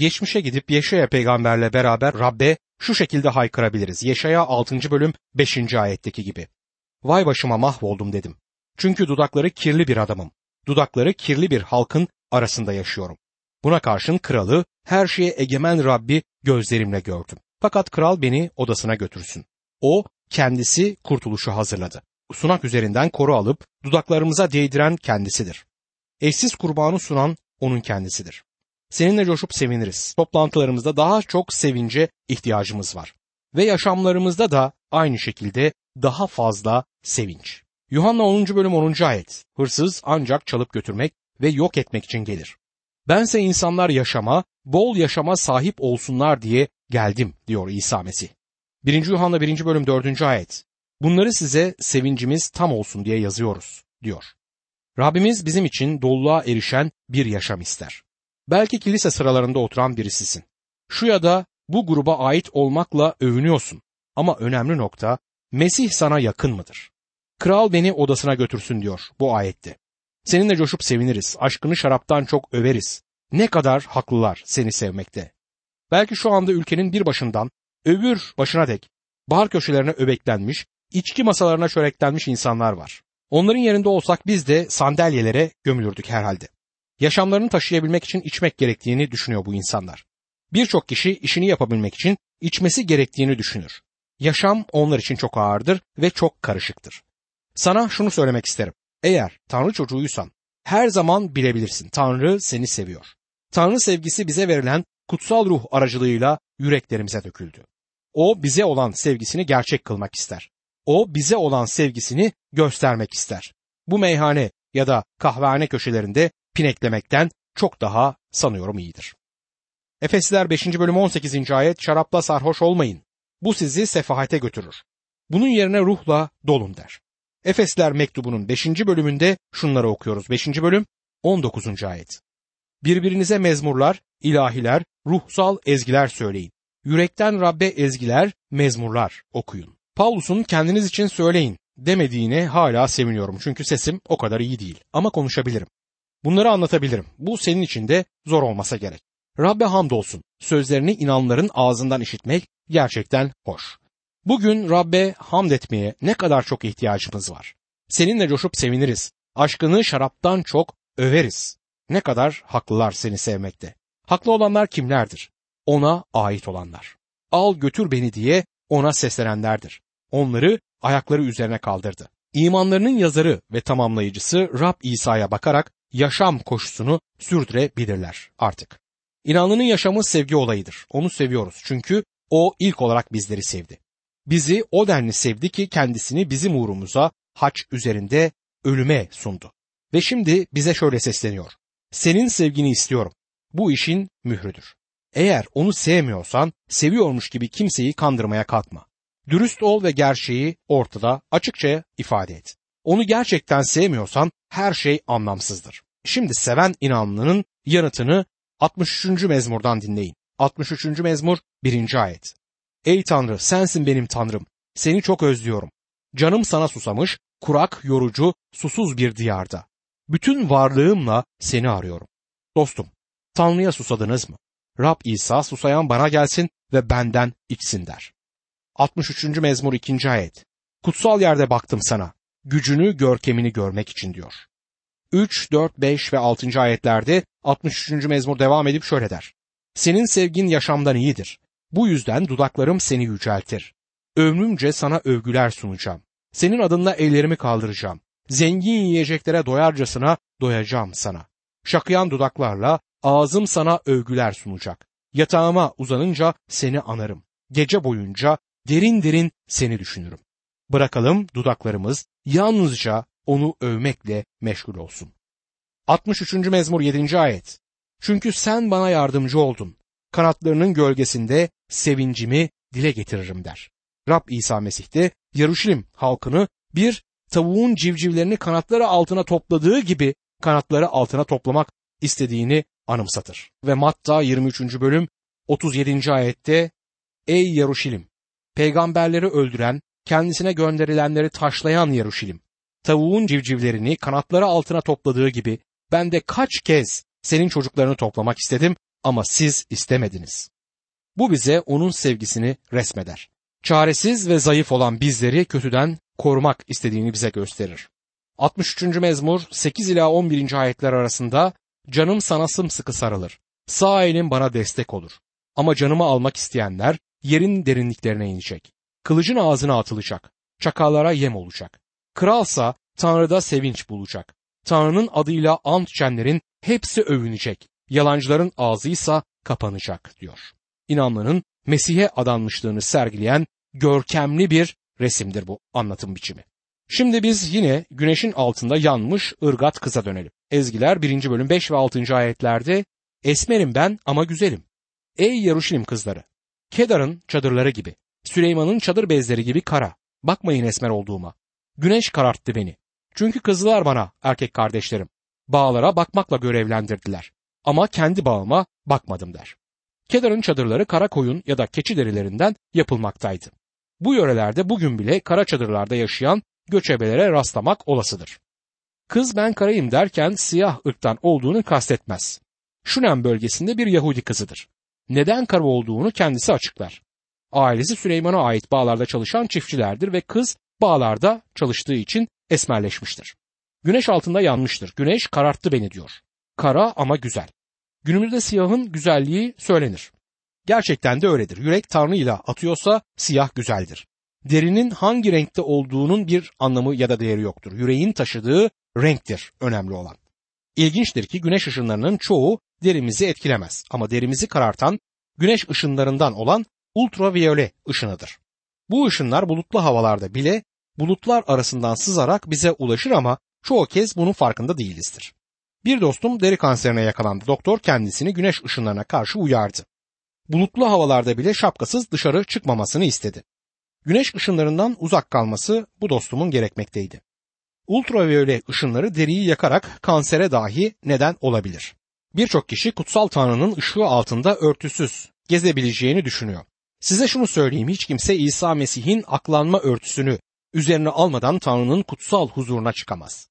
Geçmişe gidip Yeşaya peygamberle beraber Rabbe şu şekilde haykırabiliriz. Yeşaya 6. bölüm 5. ayetteki gibi. Vay başıma mahvoldum dedim. Çünkü dudakları kirli bir adamım. Dudakları kirli bir halkın arasında yaşıyorum. Buna karşın kralı, her şeye egemen Rabbi gözlerimle gördüm. Fakat kral beni odasına götürsün. O kendisi kurtuluşu hazırladı. Sunak üzerinden koru alıp dudaklarımıza değdiren kendisidir. Eşsiz kurbanı sunan onun kendisidir. Seninle coşup seviniriz. Toplantılarımızda daha çok sevince ihtiyacımız var. Ve yaşamlarımızda da aynı şekilde daha fazla sevinç. Yuhanna 10. bölüm 10. ayet. Hırsız ancak çalıp götürmek ve yok etmek için gelir. Bense insanlar yaşama, bol yaşama sahip olsunlar diye geldim diyor İsa Mesih. 1. Yuhanna 1. bölüm 4. ayet. Bunları size sevincimiz tam olsun diye yazıyoruz diyor. Rabbimiz bizim için doluluğa erişen bir yaşam ister. Belki kilise sıralarında oturan birisisin. Şu ya da bu gruba ait olmakla övünüyorsun. Ama önemli nokta, Mesih sana yakın mıdır? Kral beni odasına götürsün diyor bu ayette. Seninle coşup seviniriz, aşkını şaraptan çok överiz. Ne kadar haklılar seni sevmekte. Belki şu anda ülkenin bir başından öbür başına dek bar köşelerine öbeklenmiş, içki masalarına çöreklenmiş insanlar var. Onların yerinde olsak biz de sandalyelere gömülürdük herhalde. Yaşamlarını taşıyabilmek için içmek gerektiğini düşünüyor bu insanlar. Birçok kişi işini yapabilmek için içmesi gerektiğini düşünür. Yaşam onlar için çok ağırdır ve çok karışıktır. Sana şunu söylemek isterim. Eğer Tanrı çocuğuysan her zaman bilebilirsin. Tanrı seni seviyor. Tanrı sevgisi bize verilen kutsal ruh aracılığıyla yüreklerimize döküldü. O bize olan sevgisini gerçek kılmak ister. O bize olan sevgisini göstermek ister. Bu meyhane ya da kahvehane köşelerinde pineklemekten çok daha sanıyorum iyidir. Efesliler 5. bölüm 18. ayet. Şarapla sarhoş olmayın. Bu sizi sefahate götürür. Bunun yerine ruhla dolun der. Efesliler mektubunun 5. bölümünde şunları okuyoruz. 5. bölüm 19. ayet. Birbirinize mezmurlar, ilahiler, ruhsal ezgiler söyleyin. Yürekten Rabbe ezgiler, mezmurlar okuyun. Pavlus'un kendiniz için söyleyin demediğine hala seviniyorum. Çünkü sesim o kadar iyi değil ama konuşabilirim. Bunları anlatabilirim. Bu senin için de zor olmasa gerek. Rabbe hamdolsun. Sözlerini inanların ağzından işitmek gerçekten hoş. Bugün Rabbe hamd etmeye ne kadar çok ihtiyacımız var. Seninle coşup seviniriz. Aşkını şaraptan çok överiz. Ne kadar haklılar seni sevmekte. Haklı olanlar kimlerdir? Ona ait olanlar. Al götür beni diye ona seslenenlerdir. Onları ayakları üzerine kaldırdı. İmanlarının yazarı ve tamamlayıcısı Rab İsa'ya bakarak yaşam koşusunu sürdürebilirler artık. İnanlının yaşamı sevgi olayıdır. Onu seviyoruz çünkü o ilk olarak bizleri sevdi. Bizi o denli sevdi ki kendisini bizim uğrumuza haç üzerinde ölüme sundu. Ve şimdi bize şöyle sesleniyor. Senin sevgini istiyorum. Bu işin mührüdür. Eğer onu sevmiyorsan seviyormuş gibi kimseyi kandırmaya kalkma. Dürüst ol ve gerçeği ortada açıkça ifade et. Onu gerçekten sevmiyorsan her şey anlamsızdır. Şimdi seven inanlının yanıtını 63. mezmurdan dinleyin. 63. mezmur 1. ayet. Ey Tanrı, sensin benim Tanrım. Seni çok özlüyorum. Canım sana susamış, kurak, yorucu, susuz bir diyarda. Bütün varlığımla seni arıyorum. Dostum, Tanrı'ya susadınız mı? Rab İsa susayan bana gelsin ve benden içsin der. 63. mezmur 2. ayet. Kutsal yerde baktım sana, gücünü, görkemini görmek için diyor. 3, 4, 5 ve 6. ayetlerde 63. mezmur devam edip şöyle der. Senin sevgin yaşamdan iyidir. Bu yüzden dudaklarım seni yüceltir. Ömrümce sana övgüler sunacağım. Senin adınla ellerimi kaldıracağım. Zengin yiyeceklere doyarcasına doyacağım sana. Şakıyan dudaklarla ağzım sana övgüler sunacak. Yatağıma uzanınca seni anarım. Gece boyunca derin derin seni düşünürüm. Bırakalım dudaklarımız yalnızca onu övmekle meşgul olsun. 63. mezmur 7. ayet. Çünkü sen bana yardımcı oldun. Kanatlarının gölgesinde sevincimi dile getiririm der. Rab İsa Mesih de Yaruşilim halkını bir tavuğun civcivlerini kanatları altına topladığı gibi kanatları altına toplamak istediğini anımsatır. Ve Matta 23. bölüm 37. ayette Ey Yaruşilim, peygamberleri öldüren, kendisine gönderilenleri taşlayan Yaruşilim, tavuğun civcivlerini kanatları altına topladığı gibi ben de kaç kez senin çocuklarını toplamak istedim ama siz istemediniz. Bu bize onun sevgisini resmeder. Çaresiz ve zayıf olan bizleri kötüden korumak istediğini bize gösterir. 63. mezmur 8 ila 11. ayetler arasında canım sana sımsıkı sarılır. Sağ elin bana destek olur. Ama canımı almak isteyenler yerin derinliklerine inecek. Kılıcın ağzına atılacak. Çakallara yem olacak. Kralsa Tanrı'da sevinç bulacak. Tanrı'nın adıyla ant içenlerin hepsi övünecek. Yalancıların ağzıysa kapanacak diyor. İnanmanın Mesih'e adanmışlığını sergileyen görkemli bir resimdir bu anlatım biçimi. Şimdi biz yine güneşin altında yanmış ırgat kıza dönelim. Ezgiler 1. bölüm 5 ve 6. ayetlerde esmerim ben ama güzelim. Ey Yaruşilim kızları! Kedar'ın çadırları gibi, Süleyman'ın çadır bezleri gibi kara. Bakmayın esmer olduğuma. Güneş kararttı beni. Çünkü kızdılar bana erkek kardeşlerim. Bağlara bakmakla görevlendirdiler. Ama kendi bağıma bakmadım der. Kedar'ın çadırları kara koyun ya da keçi derilerinden yapılmaktaydı. Bu yörelerde bugün bile kara çadırlarda yaşayan göçebelere rastlamak olasıdır. Kız ben karayım derken siyah ırktan olduğunu kastetmez. Şunem bölgesinde bir Yahudi kızıdır. Neden kara olduğunu kendisi açıklar. Ailesi Süleyman'a ait bağlarda çalışan çiftçilerdir ve kız bağlarda çalıştığı için esmerleşmiştir. Güneş altında yanmıştır. Güneş kararttı beni diyor. Kara ama güzel. Günümüzde siyahın güzelliği söylenir. Gerçekten de öyledir. Yürek Tanrı'yla atıyorsa siyah güzeldir. Derinin hangi renkte olduğunun bir anlamı ya da değeri yoktur. Yüreğin taşıdığı renktir önemli olan. İlginçtir ki güneş ışınlarının çoğu derimizi etkilemez ama derimizi karartan güneş ışınlarından olan ultraviyole ışınıdır. Bu ışınlar bulutlu havalarda bile bulutlar arasından sızarak bize ulaşır ama çoğu kez bunun farkında değilizdir. Bir dostum deri kanserine yakalandı. Doktor kendisini güneş ışınlarına karşı uyardı. Bulutlu havalarda bile şapkasız dışarı çıkmamasını istedi. Güneş ışınlarından uzak kalması bu dostumun gerekmekteydi. Ultraviyole ışınları deriyi yakarak kansere dahi neden olabilir. Birçok kişi kutsal Tanrı'nın ışığı altında örtüsüz gezebileceğini düşünüyor. Size şunu söyleyeyim, hiç kimse İsa Mesih'in aklanma örtüsünü üzerine almadan Tanrı'nın kutsal huzuruna çıkamaz.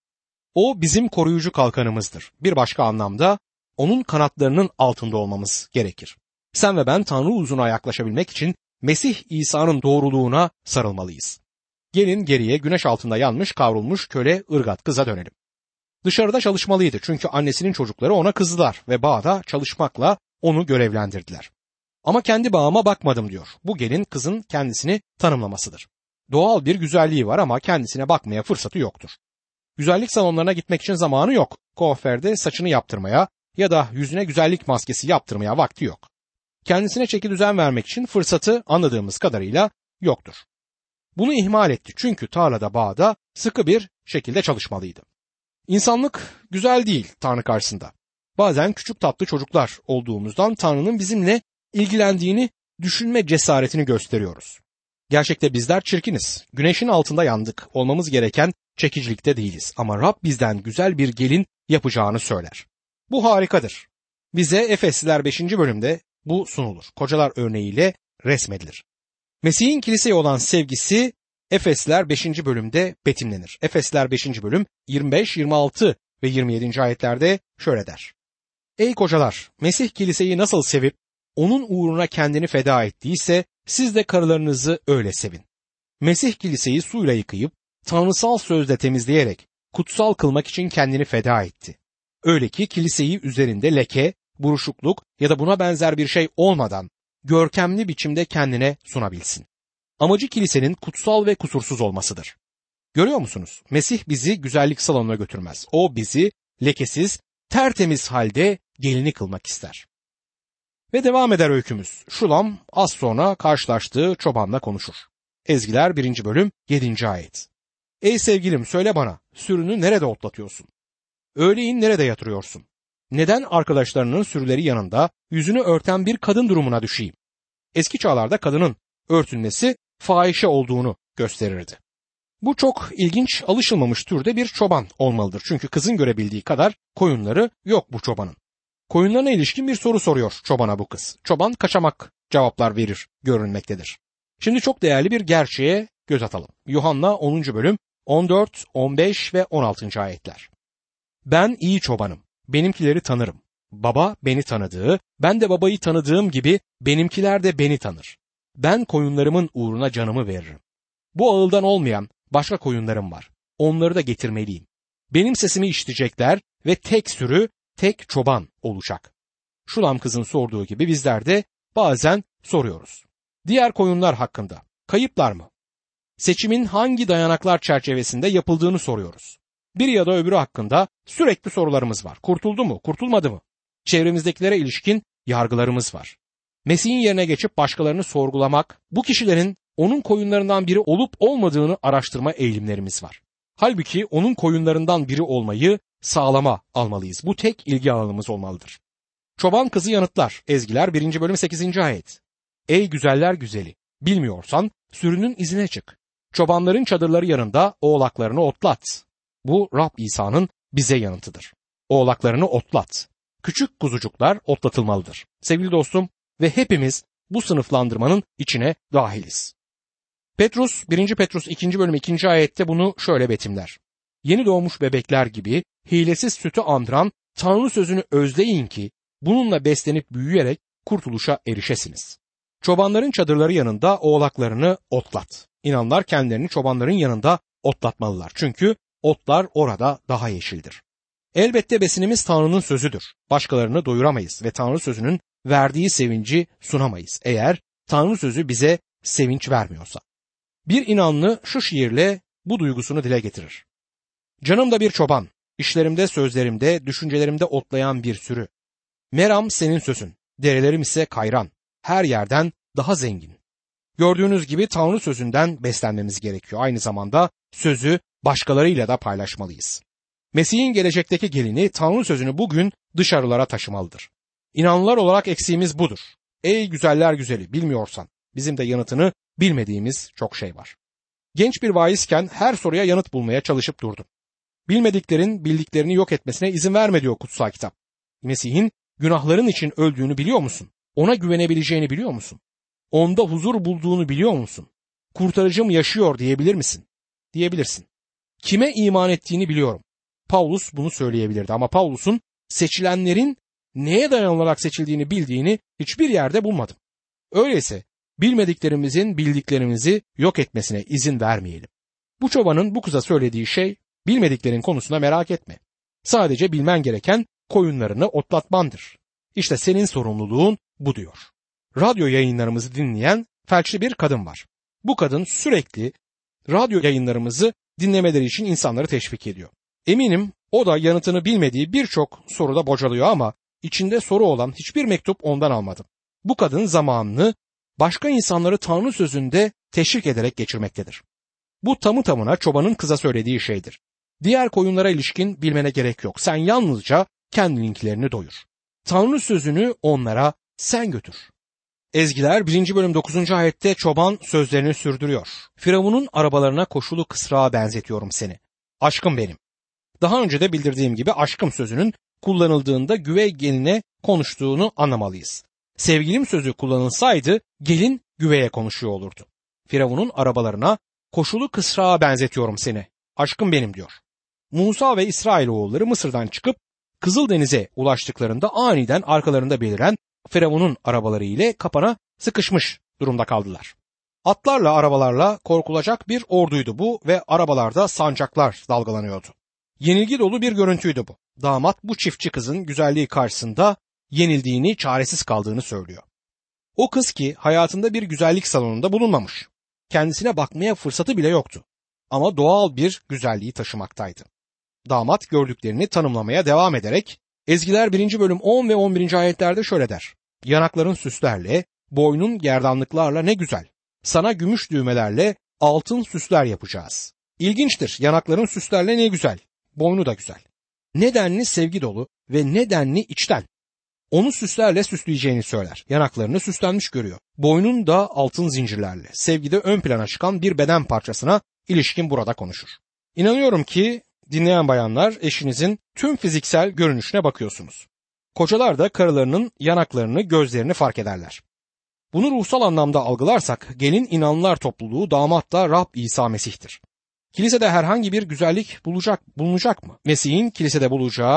O bizim koruyucu kalkanımızdır. Bir başka anlamda onun kanatlarının altında olmamız gerekir. Sen ve ben Tanrı huzuruna yaklaşabilmek için Mesih İsa'nın doğruluğuna sarılmalıyız. Gelin geriye güneş altında yanmış kavrulmuş köle ırgat kıza dönelim. Dışarıda çalışmalıydı çünkü annesinin çocukları ona kızdılar ve bağda çalışmakla onu görevlendirdiler. Ama kendi bağıma bakmadım diyor. Bu gelin kızın kendisini tanımlamasıdır. Doğal bir güzelliği var ama kendisine bakmaya fırsatı yoktur. Güzellik salonlarına gitmek için zamanı yok. Kuaförde saçını yaptırmaya ya da yüzüne güzellik maskesi yaptırmaya vakti yok. Kendisine çeki düzen vermek için fırsatı anladığımız kadarıyla yoktur. Bunu ihmal etti çünkü tarlada bağda sıkı bir şekilde çalışmalıydı. İnsanlık güzel değil Tanrı karşısında. Bazen küçük tatlı çocuklar olduğumuzdan Tanrı'nın bizimle ilgilendiğini düşünme cesaretini gösteriyoruz. Gerçekte bizler çirkiniz. Güneşin altında yandık. Olmamız gereken çekicilikte değiliz. Ama Rab bizden güzel bir gelin yapacağını söyler. Bu harikadır. Bize Efesliler 5. bölümde bu sunulur. Kocalar örneğiyle resmedilir. Mesih'in kiliseye olan sevgisi Efesliler 5. bölümde betimlenir. Efesliler 5. bölüm 25, 26 ve 27. ayetlerde şöyle der. Ey kocalar! Mesih kiliseyi nasıl sevip onun uğruna kendini feda ettiyse siz de karılarınızı öyle sevin. Mesih kiliseyi suyla yıkayıp tanrısal sözle temizleyerek kutsal kılmak için kendini feda etti. Öyle ki kiliseyi üzerinde leke, buruşukluk ya da buna benzer bir şey olmadan görkemli biçimde kendine sunabilsin. Amacı kilisenin kutsal ve kusursuz olmasıdır. Görüyor musunuz? Mesih bizi güzellik salonuna götürmez. O bizi lekesiz, tertemiz halde gelini kılmak ister. Ve devam eder öykümüz. Şulam az sonra karşılaştığı çobanla konuşur. Ezgiler 1. bölüm 7. ayet. Ey sevgilim söyle bana, sürünü nerede otlatıyorsun? Öğleyin nerede yatırıyorsun? Neden arkadaşlarının sürüleri yanında yüzünü örten bir kadın durumuna düşeyim? Eski çağlarda kadının örtünmesi fahişe olduğunu gösterirdi. Bu çok ilginç, alışılmamış türde bir çoban olmalıdır. Çünkü kızın görebildiği kadar koyunları yok bu çobanın. Koyunlarına ilişkin bir soru soruyor çobana bu kız. Çoban kaçamak cevaplar verir görünmektedir. Şimdi çok değerli bir gerçeğe göz atalım. Yuhanna 10. bölüm 14, 15 ve 16. ayetler. Ben iyi çobanım. Benimkileri tanırım. Baba beni tanıdığı, ben de babayı tanıdığım gibi benimkiler de beni tanır. Ben koyunlarımın uğruna canımı veririm. Bu ağıldan olmayan başka koyunlarım var. Onları da getirmeliyim. Benim sesimi işitecekler ve tek sürü, tek çoban olacak. Şulam kızın sorduğu gibi bizler de bazen soruyoruz. Diğer koyunlar hakkında kayıplar mı? Seçimin hangi dayanaklar çerçevesinde yapıldığını soruyoruz. Biri ya da öbürü hakkında sürekli sorularımız var. Kurtuldu mu, kurtulmadı mı? Çevremizdekilere ilişkin yargılarımız var. Mesih'in yerine geçip başkalarını sorgulamak, bu kişilerin onun koyunlarından biri olup olmadığını araştırma eğilimlerimiz var. Halbuki onun koyunlarından biri olmayı sağlama almalıyız. Bu tek ilgi alanımız olmalıdır. Çoban kızı yanıtlar. Ezgiler 1. bölüm 8. ayet. Ey güzeller güzeli, bilmiyorsan sürünün izine çık. Çobanların çadırları yanında oğlaklarını otlat. Bu Rab İsa'nın bize yanıtıdır. Oğlaklarını otlat. Küçük kuzucuklar otlatılmalıdır. Sevgili dostum, ve hepimiz bu sınıflandırmanın içine dahiliz. Petrus 1. Petrus 2. bölüm 2. ayette bunu şöyle betimler. Yeni doğmuş bebekler gibi hilesiz sütü andıran Tanrı sözünü özleyin ki bununla beslenip büyüyerek kurtuluşa erişesiniz. Çobanların çadırları yanında oğlaklarını otlat. İnanlar kendilerini çobanların yanında otlatmalılar. Çünkü otlar orada daha yeşildir. Elbette besinimiz Tanrı'nın sözüdür. Başkalarını doyuramayız ve Tanrı sözünün verdiği sevinci sunamayız eğer Tanrı sözü bize sevinç vermiyorsa. Bir inanlı şu şiirle bu duygusunu dile getirir. Canım da bir çoban, işlerimde, sözlerimde, düşüncelerimde otlayan bir sürü. Meram senin sözün, derelerim ise kayran, her yerden daha zengin. Gördüğünüz gibi Tanrı sözünden beslenmemiz gerekiyor. Aynı zamanda sözü başkalarıyla da paylaşmalıyız. Mesih'in gelecekteki gelini Tanrı sözünü bugün dışarılara taşımalıdır. İnanlılar olarak eksiğimiz budur. Ey güzeller güzeli, bilmiyorsan bizim de yanıtını bilmediğimiz çok şey var. Genç bir vaizken her soruya yanıt bulmaya çalışıp durdum. Bilmediklerin bildiklerini yok etmesine izin verme diyor kutsal kitap. Mesih'in günahların için öldüğünü biliyor musun? Ona güvenebileceğini biliyor musun? Onda huzur bulduğunu biliyor musun? Kurtarıcım yaşıyor diyebilir misin? Diyebilirsin. Kime iman ettiğini biliyorum. Pavlus bunu söyleyebilirdi ama Pavlus'un seçilenlerin neye dayanılarak seçildiğini bildiğini hiçbir yerde bulmadım. Öyleyse bilmediklerimizin bildiklerimizi yok etmesine izin vermeyelim. Bu çobanın bu kıza söylediği şey bilmediklerin konusuna merak etme. Sadece bilmen gereken koyunlarını otlatmandır. İşte senin sorumluluğun bu diyor. Radyo yayınlarımızı dinleyen felçli bir kadın var. Bu kadın sürekli radyo yayınlarımızı dinlemeleri için insanları teşvik ediyor. Eminim o da yanıtını bilmediği birçok soruda bocalıyor ama içinde soru olan hiçbir mektup ondan almadım. Bu kadın zamanını başka insanları Tanrı sözünde teşvik ederek geçirmektedir. Bu tamı tamına çobanın kıza söylediği şeydir. Diğer koyunlara ilişkin bilmene gerek yok. Sen yalnızca kendininkilerini doyur. Tanrı sözünü onlara sen götür. Ezgiler 1. bölüm 9. ayette çoban sözlerini sürdürüyor. Firavun'un arabalarına koşulu kısrağa benzetiyorum seni. Aşkım benim. Daha önce de bildirdiğim gibi aşkım sözünün kullanıldığında güvey geline konuştuğunu anlamalıyız. Sevgilim sözü kullanılsaydı gelin güveye konuşuyor olurdu. Firavun'un arabalarına koşulu kısrağa benzetiyorum seni. Aşkım benim diyor. Musa ve İsrailoğulları Mısır'dan çıkıp Kızıldeniz'e ulaştıklarında aniden arkalarında beliren Firavun'un arabaları ile kapana sıkışmış durumda kaldılar. Atlarla arabalarla korkulacak bir orduydu bu ve arabalarda sancaklar dalgalanıyordu. Yenilgi dolu bir görüntüydü bu. Damat bu çiftçi kızın güzelliği karşısında yenildiğini, çaresiz kaldığını söylüyor. O kız ki hayatında bir güzellik salonunda bulunmamış. Kendisine bakmaya fırsatı bile yoktu. Ama doğal bir güzelliği taşımaktaydı. Damat gördüklerini tanımlamaya devam ederek Ezgiler 1. bölüm 10 ve 11. ayetlerde şöyle der. Yanakların süslerle, boynun gerdanlıklarla ne güzel. Sana gümüş düğmelerle altın süsler yapacağız. İlginçtir. Yanakların süslerle ne güzel. Boynu da güzel. Nedenli sevgi dolu ve nedenli içten. Onu süslerle süsleyeceğini söyler. Yanaklarını süslenmiş görüyor. Boynun da altın zincirlerle. Sevgide ön plana çıkan bir beden parçasına ilişkin burada konuşur. İnanıyorum ki dinleyen bayanlar eşinizin tüm fiziksel görünüşüne bakıyorsunuz. Kocalar da karılarının yanaklarını, gözlerini fark ederler. Bunu ruhsal anlamda algılarsak gelin inanlılar topluluğu, damat da Rab İsa Mesih'tir. Kilisede herhangi bir güzellik bulunacak mı? Mesih'in kilisede bulacağı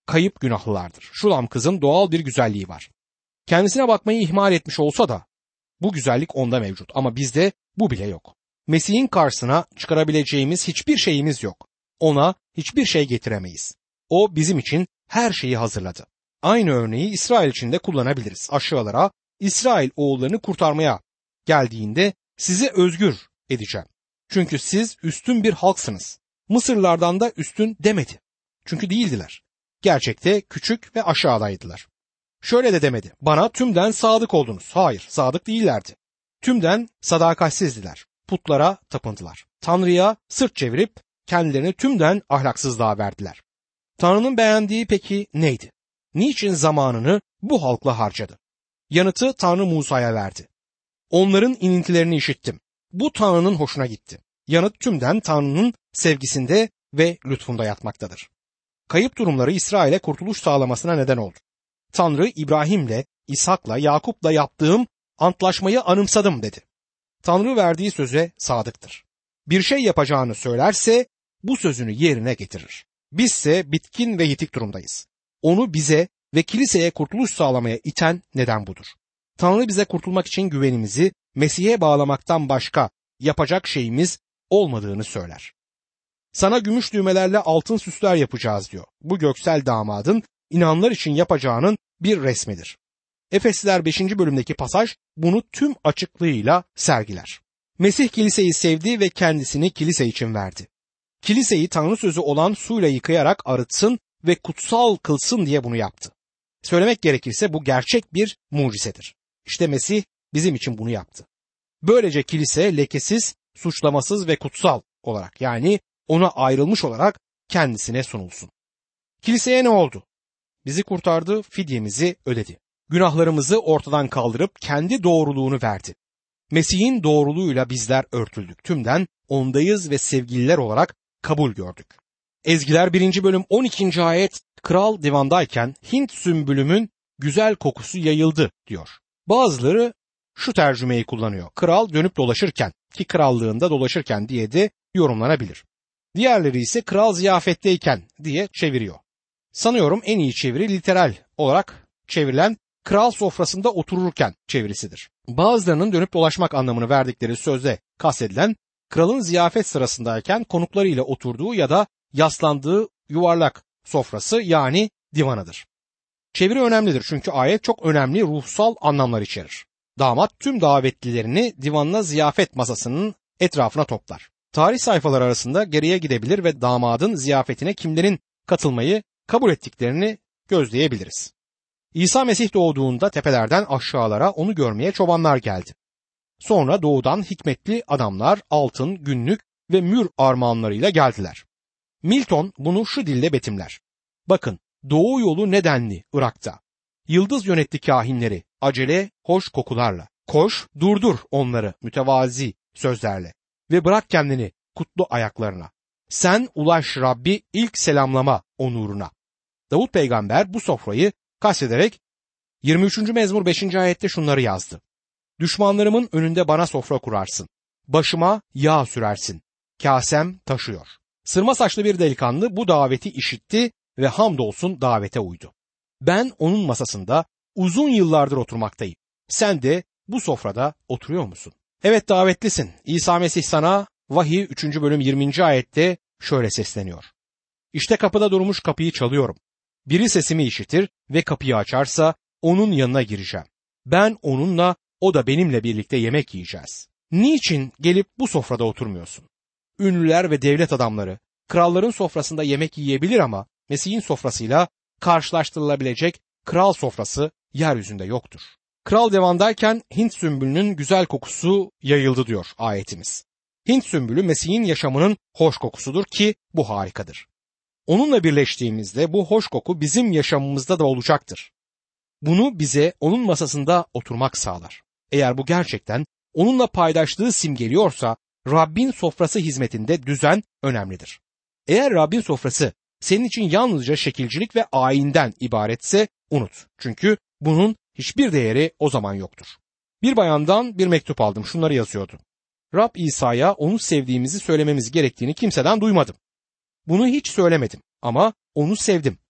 kayıp günahlılardır. Şulam kızın doğal bir güzelliği var. Kendisine bakmayı ihmal etmiş olsa da bu güzellik onda mevcut ama bizde bu bile yok. Mesih'in karşısına çıkarabileceğimiz hiçbir şeyimiz yok. Ona hiçbir şey getiremeyiz. O bizim için her şeyi hazırladı. Aynı örneği İsrail için de kullanabiliriz. Aşağılara İsrail oğullarını kurtarmaya geldiğinde sizi özgür edeceğim. Çünkü siz üstün bir halksınız. Mısırlardan da üstün demedi. Çünkü değildiler. Gerçekte küçük ve aşağıdaydılar. Şöyle de demedi. Bana tümden sadık oldunuz. Hayır, sadık değillerdi. Tümden sadakatsizdiler. Putlara tapındılar. Tanrı'ya sırt çevirip kendilerini tümden ahlaksızlığa verdiler. Tanrı'nın beğendiği peki neydi? Niçin zamanını bu halkla harcadı? Yanıtı Tanrı Musa'ya verdi. Onların inintilerini işittim. Bu Tanrı'nın hoşuna gitti. Yanıt tümden Tanrı'nın sevgisinde ve lütfunda yatmaktadır. Kayıp durumları İsrail'e kurtuluş sağlamasına neden oldu. Tanrı İbrahim'le, İshak'la, Yakup'la yaptığım antlaşmayı anımsadım dedi. Tanrı verdiği söze sadıktır. Bir şey yapacağını söylerse bu sözünü yerine getirir. Bizse bitkin ve yitik durumdayız. Onu bize ve kiliseye kurtuluş sağlamaya iten neden budur. Tanrı bize kurtulmak için güvenimizi Mesih'e bağlamaktan başka yapacak şeyimiz olmadığını söyler. Sana gümüş düğmelerle altın süsler yapacağız diyor. Bu göksel damadın inananlar için yapacağının bir resmidir. Efesliler 5. bölümdeki pasaj bunu tüm açıklığıyla sergiler. Mesih kiliseyi sevdi ve kendisini kilise için verdi. Kiliseyi Tanrı sözü olan suyla yıkayarak arıtsın ve kutsal kılsın diye bunu yaptı. Söylemek gerekirse bu gerçek bir mucizedir. İşte Mesih bizim için bunu yaptı. Böylece kilise lekesiz, suçlamasız ve kutsal olarak, yani ona ayrılmış olarak kendisine sunulsun. Kiliseye ne oldu? Bizi kurtardı, fidyemizi ödedi. Günahlarımızı ortadan kaldırıp kendi doğruluğunu verdi. Mesih'in doğruluğuyla bizler örtüldük. Tümden ondayız ve sevgililer olarak kabul gördük. Ezgiler 1. bölüm 12. ayet, kral divandayken Hint sümbülümün güzel kokusu yayıldı diyor. Bazıları şu tercümeyi kullanıyor. Kral dönüp dolaşırken, ki krallığında dolaşırken diye de yorumlanabilir. Diğerleri ise kral ziyafetteyken diye çeviriyor. Sanıyorum en iyi çeviri literal olarak çevrilen kral sofrasında otururken çevirisidir. Bazılarının dönüp dolaşmak anlamını verdikleri sözde kastedilen kralın ziyafet sırasındayken konuklarıyla oturduğu ya da yaslandığı yuvarlak sofrası, yani divanıdır. Çeviri önemlidir çünkü ayet çok önemli ruhsal anlamlar içerir. Damat tüm davetlilerini divanla ziyafet masasının etrafına toplar. Tarih sayfaları arasında geriye gidebilir ve damadın ziyafetine kimlerin katılmayı kabul ettiklerini gözleyebiliriz. İsa Mesih doğduğunda tepelerden aşağılara onu görmeye çobanlar geldi. Sonra doğudan hikmetli adamlar altın, günlük ve mür armağanlarıyla geldiler. Milton bunu şu dille betimler. Bakın, doğu yolu nedenli Irak'ta. Yıldız yönetti kahinleri acele hoş kokularla. Koş, durdur onları mütevazi sözlerle ve bırak kendini kutlu ayaklarına. Sen ulaş Rabbi ilk selamlama onuruna. Davut peygamber bu sofrayı kastederek 23. mezmur 5. ayette şunları yazdı. Düşmanlarımın önünde bana sofra kurarsın. Başıma yağ sürersin. Kasem taşıyor. Sırma saçlı bir delikanlı bu daveti işitti ve hamdolsun davete uydu. Ben onun masasında uzun yıllardır oturmaktayım. Sen de bu sofrada oturuyor musun? Evet, davetlisin. İsa Mesih sana Vahiy 3. bölüm 20. ayette şöyle sesleniyor. İşte kapıda durmuş, kapıyı çalıyorum. Biri sesimi işitir ve kapıyı açarsa onun yanına gireceğim. Ben onunla, o da benimle birlikte yemek yiyeceğiz. Niçin gelip bu sofrada oturmuyorsun? Ünlüler ve devlet adamları kralların sofrasında yemek yiyebilir ama Mesih'in sofrasıyla karşılaştırılabilecek kral sofrası yeryüzünde yoktur. Kral divandayken Hint sümbülünün güzel kokusu yayıldı diyor ayetimiz. Hint sümbülü Mesih'in yaşamının hoş kokusudur ki bu harikadır. Onunla birleştiğimizde bu hoş koku bizim yaşamımızda da olacaktır. Bunu bize onun masasında oturmak sağlar. Eğer bu gerçekten onunla paydaşlığı simgeliyorsa Rabbin sofrası hizmetinde düzen önemlidir. Eğer Rabbin sofrası senin için yalnızca şekilcilik ve ayinden ibaretse unut. Çünkü bunun hiçbir değeri o zaman yoktur. Bir bayandan bir mektup aldım. Şunları yazıyordu. Rab İsa'ya onu sevdiğimizi söylememiz gerektiğini kimseden duymadım. Bunu hiç söylemedim ama onu sevdim.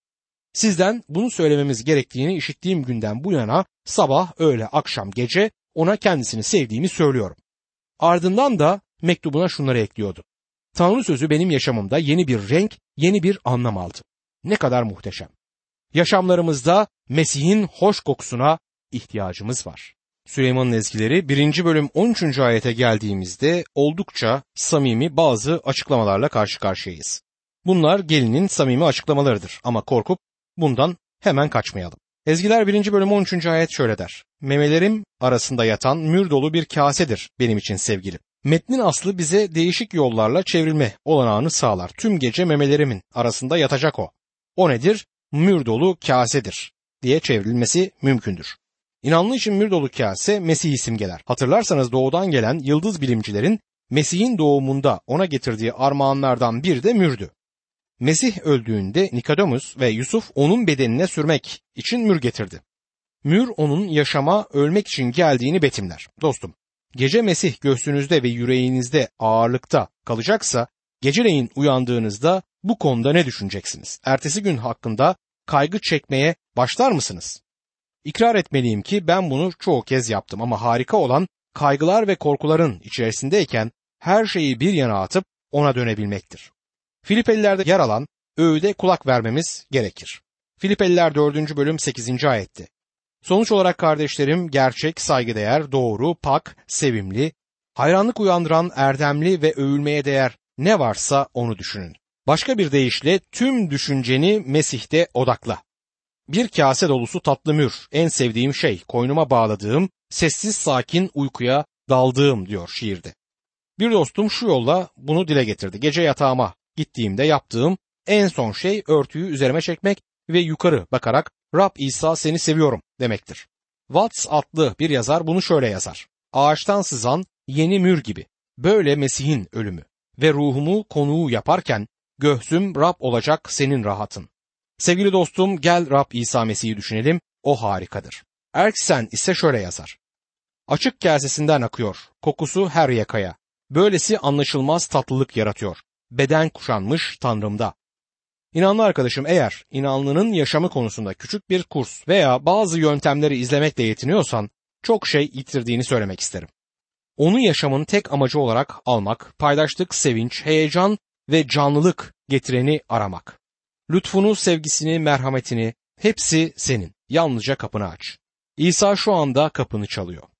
Sizden bunu söylememiz gerektiğini işittiğim günden bu yana sabah, öğle, akşam, gece ona kendisini sevdiğimi söylüyorum. Ardından da mektubuna şunları ekliyordu. Tanrı sözü benim yaşamımda yeni bir renk, yeni bir anlam aldı. Ne kadar muhteşem. Yaşamlarımızda Mesih'in hoş kokusuna ihtiyacımız var. Süleyman'ın ezgileri 1. bölüm 13. ayete geldiğimizde oldukça samimi bazı açıklamalarla karşı karşıyayız. Bunlar gelinin samimi açıklamalarıdır ama korkup bundan hemen kaçmayalım. Ezgiler 1. bölüm 13. ayet şöyle der. Memelerim arasında yatan mür dolu bir kasedir benim için sevgilim. Metnin aslı bize değişik yollarla çevrilme olanağını sağlar. Tüm gece memelerimin arasında yatacak o. O nedir? Mür dolu kasedir diye çevrilmesi mümkündür. İnanlı için mür dolu kase Mesih'i simgeler. Hatırlarsanız doğudan gelen yıldız bilimcilerin Mesih'in doğumunda ona getirdiği armağanlardan biri de mürdü. Mesih öldüğünde Nikodemus ve Yusuf onun bedenine sürmek için mür getirdi. Mür onun yaşama, ölmek için geldiğini betimler. Dostum, gece Mesih göğsünüzde ve yüreğinizde ağırlıkta kalacaksa, geceleyin uyandığınızda bu konuda ne düşüneceksiniz? Ertesi gün hakkında kaygı çekmeye başlar mısınız? İkrar etmeliyim ki ben bunu çoğu kez yaptım ama harika olan kaygılar ve korkuların içerisindeyken her şeyi bir yana atıp ona dönebilmektir. Filipelilerde yer alan öğüde kulak vermemiz gerekir. Filipeliler 4. bölüm 8. ayette. Sonuç olarak kardeşlerim gerçek, saygıdeğer, doğru, pak, sevimli, hayranlık uyandıran, erdemli ve övülmeye değer ne varsa onu düşünün. Başka bir deyişle tüm düşünceni Mesih'te odakla. Bir kase dolusu tatlı mür, en sevdiğim şey, koynuma bağladığım, sessiz sakin uykuya daldığım diyor şiirde. Bir dostum şu yolla bunu dile getirdi. Gece yatağıma gittiğimde yaptığım en son şey örtüyü üzerime çekmek ve yukarı bakarak Rab İsa seni seviyorum demektir. Watts adlı bir yazar bunu şöyle yazar. Ağaçtan sızan yeni mür gibi. Böyle Mesih'in ölümü ve ruhumu konuğu yaparken göğsüm Rab olacak senin rahatın. Sevgili dostum gel Rab İsa Mesih'i düşünelim, o harikadır. Erksen ise şöyle yazar. Açık kasesinden akıyor, kokusu her yakaya. Böylesi anlaşılmaz tatlılık yaratıyor. Beden kuşanmış Tanrım'da. İnanlı arkadaşım eğer inanlının yaşamı konusunda küçük bir kurs veya bazı yöntemleri izlemekle yetiniyorsan çok şey yitirdiğini söylemek isterim. Onu yaşamın tek amacı olarak almak, paydaşlık, sevinç, heyecan ve canlılık getireni aramak. Lütfunu, sevgisini, merhametini hepsi senin. Yalnızca kapını aç. İsa şu anda kapını çalıyor.